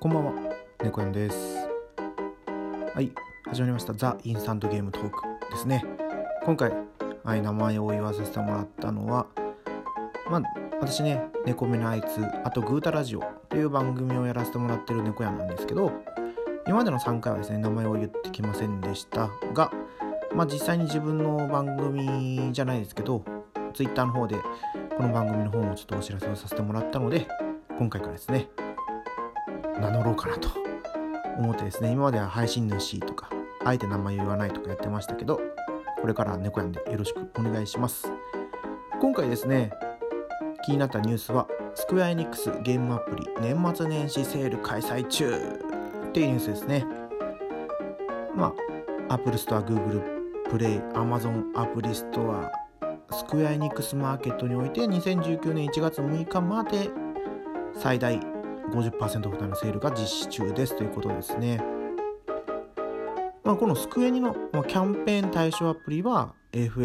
こんばんは、猫やんです。はい、始まりましたザ・インスタントゲームトークですね。今回、名前を言わせてもらったのは、私ね、猫目のあいつ、あとグータラジオという番組をやらせてもらってる猫やんなんですけど、今までの3回はですね、名前を言ってきませんでしたが、実際に自分の番組じゃないですけど、Twitter の方でこの番組の方もちょっとお知らせをさせてもらったので、今回からですね、名乗ろうかなと思ってですね、今までは配信主とかあえて名前を言わないとかやってましたけど、これから猫やんでよろしくお願いします。今回ですね、気になったニュースはスクエアエニックスゲームアプリ年末年始セール開催中っていうニュースですね。Apple Store、Google Play、Amazon アプリストア、スクエアエニックスマーケットにおいて2019年1月6日まで最大 50% オフのセールが実施中ですということですね。このスクエニのキャンペーン対象アプリは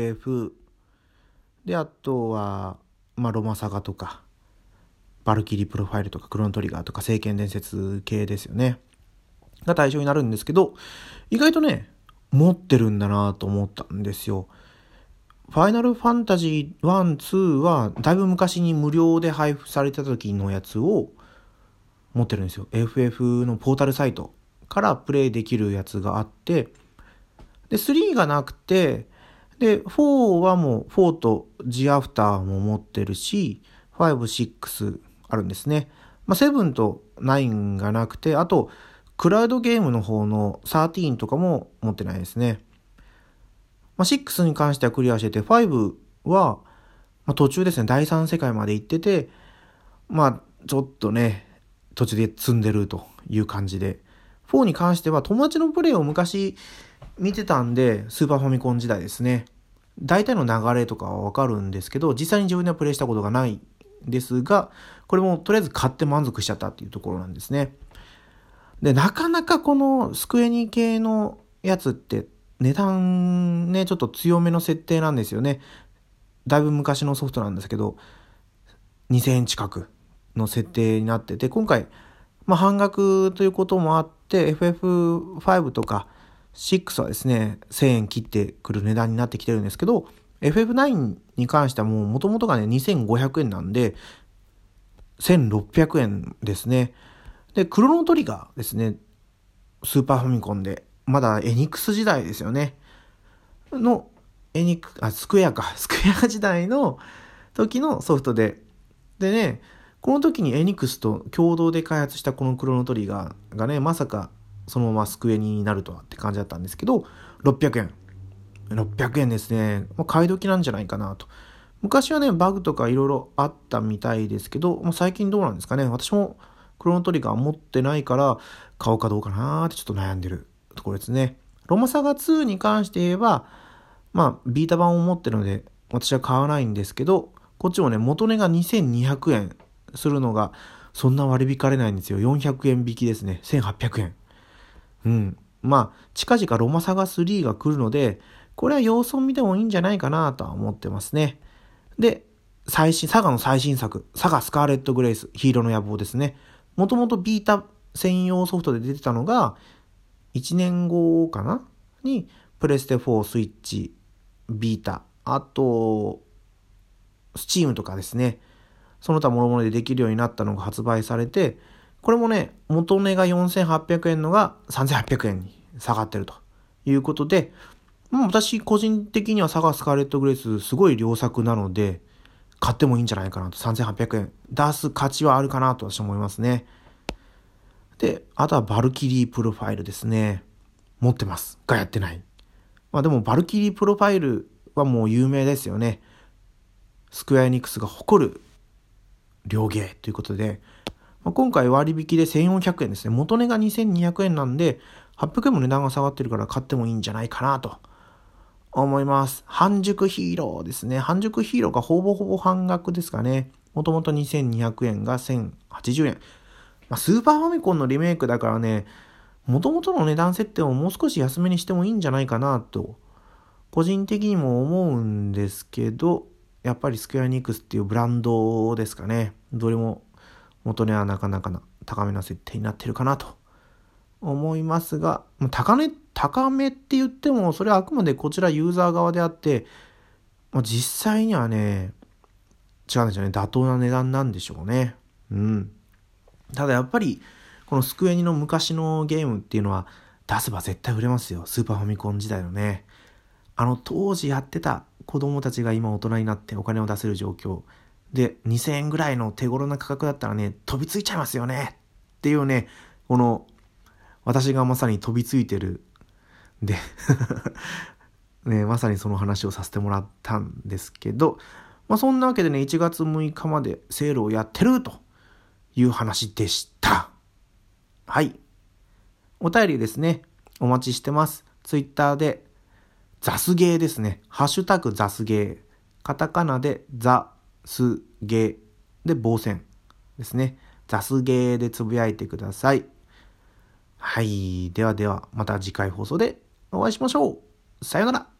FF で、あとはロマサガとかバルキリープロファイルとかクロノトリガーとか聖剣伝説系ですよねが対象になるんですけど、意外とね持ってるんだなと思ったんですよ。ファイナルファンタジー1、2はだいぶ昔に無料で配布された時のやつを持ってるんですよ。 FF のポータルサイトからプレイできるやつがあって、で3がなくて、で4はもう4と G アフターも持ってるし、5、6あるんですね。7と9がなくて、あとクラウドゲームの方の13とかも持ってないですね。6に関してはクリアしてて、5は途中ですね、第3世界まで行ってて、ちょっとね途中で積んでるという感じで、4に関しては友達のプレイを昔見てたんで、スーパーファミコン時代ですね、大体の流れとかはわかるんですけど、実際に自分ではプレイしたことがないんですが、これもとりあえず買って満足しちゃったっていうところなんですね。で、なかなかこのスクエニ系のやつって値段ねちょっと強めの設定なんですよね。だいぶ昔のソフトなんですけど2000円近くの設定になってて、今回半額ということもあって FF5 とか6はですね1000円切ってくる値段になってきてるんですけど、 FF9 に関してはもともとがね2500円なんで1600円ですね。でクロノトリガーですね、スーパーファミコンでまだエニックス時代ですよねのスクエア時代の時のソフトでね、この時にエニックスと共同で開発したこのクロノトリガーがね、まさかそのままスクエニになるとはって感じだったんですけど、600円ですね。買い時なんじゃないかなと。昔はねバグとかいろいろあったみたいですけど、最近どうなんですかね。私もクロノトリガー持ってないから買おうかどうかなってちょっと悩んでるところですね。ロマサガ2に関して言えばビータ版を持ってるので私は買わないんですけど、こっちもね元値が2200円するのがそんな割り引かれないんですよ。400円引きですね。1800円。近々ロマサガ3が来るので、これは様子を見てもいいんじゃないかなとは思ってますね。で、サガの最新作、サガスカーレットグレイス、ヒーローの野望ですね。もともとビータ専用ソフトで出てたのが、1年後かなに、プレステ4、スイッチ、ビータ、あと、スチームとかですね、その他諸々でできるようになったのが発売されて、これもね、元値が4800円のが3800円に下がってるということで、私個人的にはサガスカーレットグレイスすごい良作なので、買ってもいいんじゃないかなと、3800円出す価値はあるかなと私は思いますね。で、あとはバルキリープロファイルですね。持ってますがやってない。でもバルキリープロファイルはもう有名ですよね。スクエアエニックスが誇る両ゲーということで、今回割引で1400円ですね。元値が2200円なんで800円も値段が下がってるから買ってもいいんじゃないかなと思います。半熟ヒーローですね。半熟ヒーローがほぼほぼ半額ですかね。もともと2200円が1080円。スーパーファミコンのリメイクだからね、もともとの値段設定をもう少し安めにしてもいいんじゃないかなと個人的にも思うんですけど、やっぱりスクエアエニックスっていうブランドですかね。どれも元値はなかなかな高めな設定になってるかなと思いますが、高めって言ってもそれはあくまでこちらユーザー側であって、実際にはね違うんですよね。妥当な値段なんでしょうね。ただやっぱりこのスクエニの昔のゲームっていうのは出せば絶対売れますよ。スーパーファミコン時代のね、当時やってた子供たちが今大人になってお金を出せる状況で、2000円ぐらいの手頃な価格だったらね飛びついちゃいますよねっていうね、この私がまさに飛びついてるでね、まさにその話をさせてもらったんですけど、そんなわけでね、1月6日までセールをやってるという話でした。はい。お便りですね、お待ちしてます。ツイッターでザスゲーですね。ハッシュタグザスゲー。カタカナでザスゲーで棒線ですね。ザスゲーでつぶやいてください。はい。ではではまた次回放送でお会いしましょう。さよなら。